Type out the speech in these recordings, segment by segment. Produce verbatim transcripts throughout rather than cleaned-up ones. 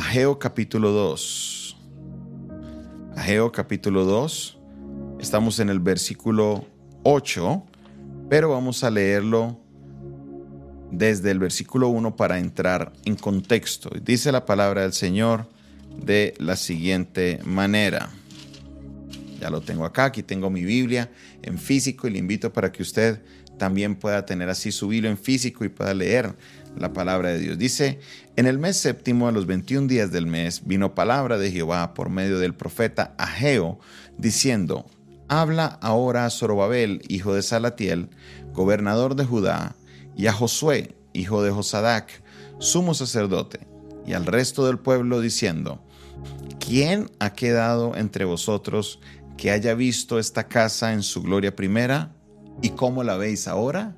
Ageo capítulo dos. Ageo capítulo dos. Estamos en el versículo ocho, pero vamos a leerlo desde el versículo uno para entrar en contexto. Dice la palabra del Señor de la siguiente manera. Ya lo tengo acá, aquí tengo mi Biblia en físico y le invito para que usted también pueda tener así su Biblia en físico y pueda leer la palabra de Dios. Dice, en el mes séptimo, a los veintiún días del mes, vino palabra de Jehová por medio del profeta Ageo, diciendo, habla ahora a Zorobabel, hijo de Salatiel, gobernador de Judá, y a Josué, hijo de Josadac, sumo sacerdote, y al resto del pueblo, diciendo, ¿quién ha quedado entre vosotros que haya visto esta casa en su gloria primera? ¿Y cómo la veis ahora?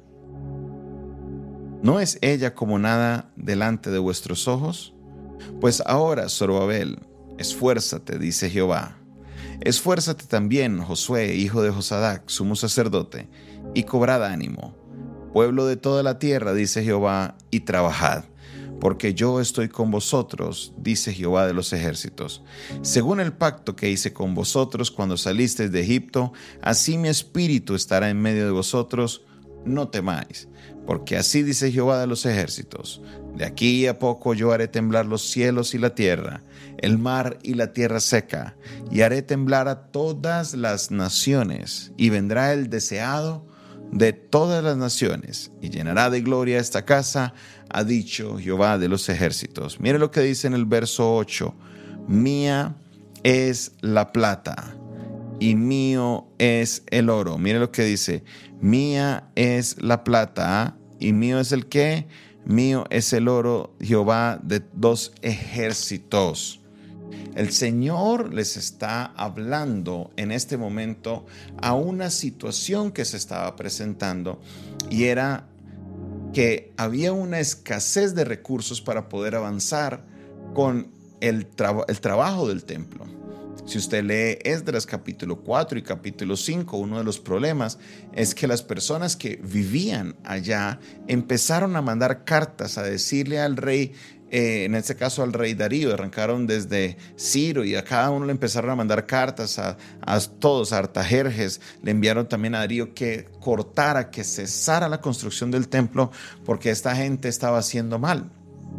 ¿No es ella como nada delante de vuestros ojos? Pues ahora, Zorobabel, esfuérzate, dice Jehová. Esfuérzate también, Josué, hijo de Josadac, sumo sacerdote, y cobrad ánimo. Pueblo de toda la tierra, dice Jehová, y trabajad, porque yo estoy con vosotros, dice Jehová de los ejércitos. Según el pacto que hice con vosotros cuando salisteis de Egipto, así mi espíritu estará en medio de vosotros, no temáis, porque así dice Jehová de los ejércitos. De aquí a poco yo haré temblar los cielos y la tierra, el mar y la tierra seca, y haré temblar a todas las naciones, y vendrá el deseado de todas las naciones, y llenará de gloria esta casa, ha dicho Jehová de los ejércitos. Mire lo que dice en el verso ocho. Mía es la plata y mío es el oro. Mire lo que dice. Mía es la plata y mío es el qué. Mío es el oro, Jehová de los ejércitos. El Señor les está hablando en este momento a una situación que se estaba presentando, y era que había una escasez de recursos para poder avanzar con el, tra- el trabajo del templo. Si usted lee Esdras capítulo cuatro y capítulo cinco, uno de los problemas es que las personas que vivían allá empezaron a mandar cartas a decirle al rey, eh, en este caso al rey Darío, arrancaron desde Ciro y a cada uno le empezaron a mandar cartas a, a todos, a Artajerjes, le enviaron también a Darío que cortara, que cesara la construcción del templo porque esta gente estaba haciendo mal.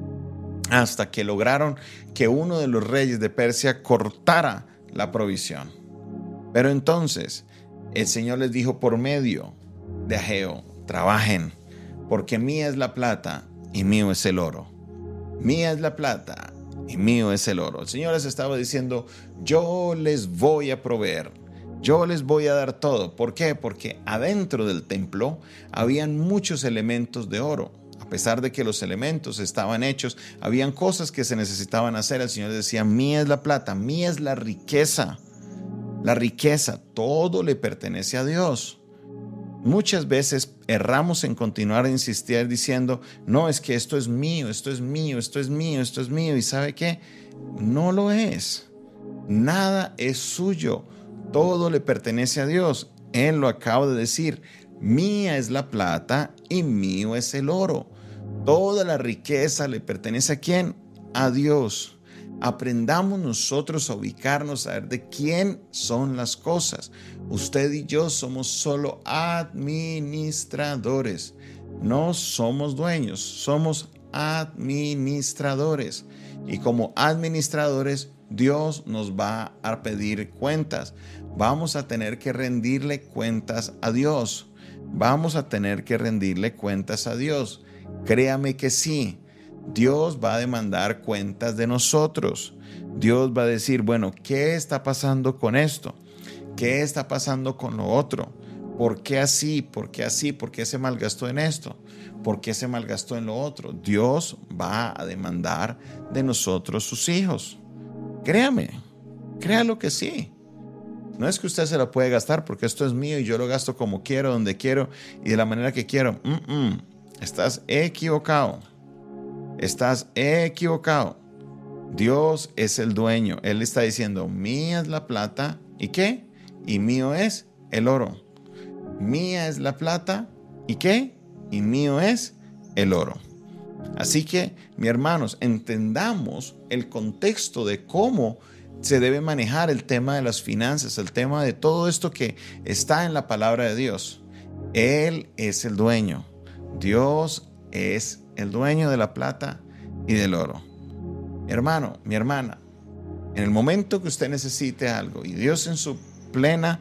Hasta que lograron que uno de los reyes de Persia cortara la provisión. Pero entonces el Señor les dijo por medio de Ageo, trabajen, porque mía es la plata y mío es el oro. Mía es la plata y mío es el oro. El Señor les estaba diciendo, yo les voy a proveer, yo les voy a dar todo. ¿Por qué? Porque adentro del templo habían muchos elementos de oro. A pesar de que los elementos estaban hechos, habían cosas que se necesitaban hacer. El Señor decía, mía es la plata, mía es la riqueza. La riqueza, todo le pertenece a Dios. Muchas veces erramos en continuar a insistir diciendo, no, es que esto es mío, esto es mío, esto es mío, esto es mío. ¿Y sabe qué? No lo es. Nada es suyo. Todo le pertenece a Dios. Él lo acaba de decir. Mía es la plata y mío es el oro. Toda la riqueza le pertenece ¿a quién? A Dios. Aprendamos nosotros a ubicarnos, a ver de quién son las cosas. Usted y yo somos solo administradores. No somos dueños, somos administradores. Y como administradores, Dios nos va a pedir cuentas. Vamos a tener que rendirle cuentas a Dios. Vamos a tener que rendirle cuentas a Dios. Créame que sí. Dios va a demandar cuentas de nosotros. Dios va a decir, bueno, ¿qué está pasando con esto? ¿Qué está pasando con lo otro? ¿Por qué así? ¿Por qué así? ¿Por qué se malgastó en esto? ¿Por qué se malgastó en lo otro? Dios va a demandar de nosotros sus hijos. Créame, créalo que sí. No es que usted se lo puede gastar porque esto es mío y yo lo gasto como quiero, donde quiero y de la manera que quiero. Mm-mm. Estás equivocado. Estás equivocado. Dios es el dueño. Él está diciendo, mía es la plata. ¿Y qué? Y mío es el oro. Mía es la plata. ¿Y qué? Y mío es el oro. Así que, mis hermanos, entendamos el contexto de cómo se debe manejar el tema de las finanzas, el tema de todo esto que está en la palabra de Dios. Él es el dueño. Dios es el dueño de la plata y del oro. Mi hermano, mi hermana, en el momento que usted necesite algo y Dios en su plena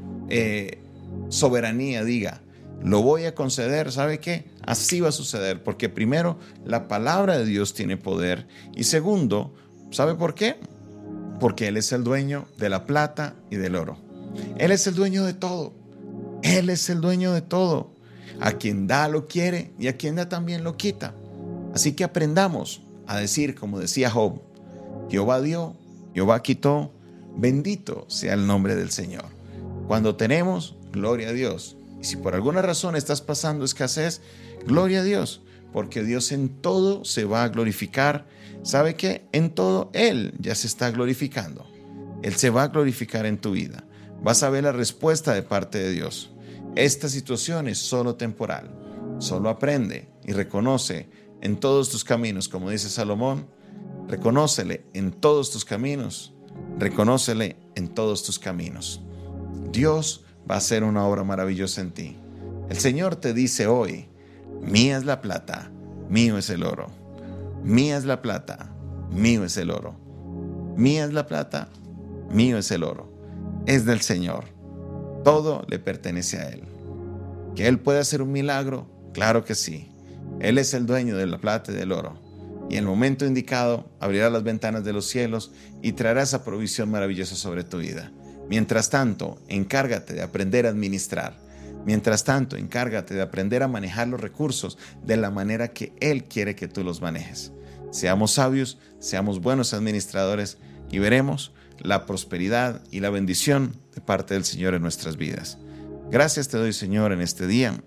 eh, soberanía diga, lo voy a conceder, ¿sabe qué? Así va a suceder, porque primero, la palabra de Dios tiene poder y segundo, ¿sabe por qué? Porque Él es el dueño de la plata y del oro. Él es el dueño de todo. Él es el dueño de todo. A quien da lo quiere y a quien da también lo quita. Así que aprendamos a decir, como decía Job, Jehová dio, Jehová quitó, bendito sea el nombre del Señor. Cuando tenemos, gloria a Dios. Y si por alguna razón estás pasando escasez, gloria a Dios, porque Dios en todo se va a glorificar. ¿Sabe qué? En todo Él ya se está glorificando. Él se va a glorificar en tu vida. Vas a ver la respuesta de parte de Dios. Esta situación es solo temporal. Solo aprende y reconoce en todos tus caminos, como dice Salomón, reconócele en todos tus caminos, reconócele en todos tus caminos. Dios va a hacer una obra maravillosa en ti. El Señor te dice hoy, mía es la plata, mío es el oro. Mía es la plata, mío es el oro. Mía es la plata, mío es el oro. Es del Señor. Todo le pertenece a Él. ¿Que Él puede hacer un milagro? Claro que sí. Él es el dueño de la plata y del oro. Y en el momento indicado abrirá las ventanas de los cielos y traerá esa provisión maravillosa sobre tu vida. Mientras tanto, encárgate de aprender a administrar. Mientras tanto, encárgate de aprender a manejar los recursos de la manera que Él quiere que tú los manejes. Seamos sabios, seamos buenos administradores y veremos la prosperidad y la bendición de parte del Señor en nuestras vidas. Gracias te doy, Señor, en este día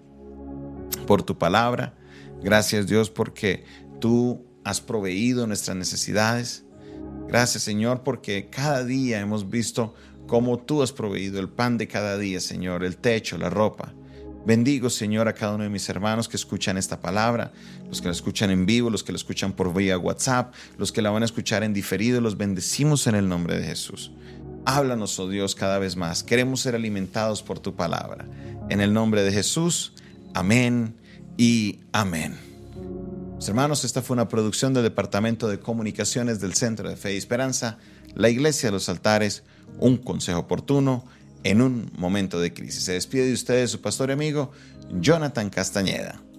por tu palabra. Gracias, Dios, porque tú has proveído nuestras necesidades. Gracias, Señor, porque cada día hemos visto cómo tú has proveído el pan de cada día, Señor, el techo, la ropa. Bendigo, Señor, a cada uno de mis hermanos que escuchan esta palabra, los que la escuchan en vivo, los que la escuchan por vía WhatsApp, los que la van a escuchar en diferido, los bendecimos en el nombre de Jesús. Háblanos, oh Dios, cada vez más. Queremos ser alimentados por tu palabra. En el nombre de Jesús, amén y amén. Mis hermanos, esta fue una producción del Departamento de Comunicaciones del Centro de Fe y Esperanza, la Iglesia de los Altares, un consejo oportuno en un momento de crisis. Se despide de ustedes su pastor y amigo, Jonathan Castañeda.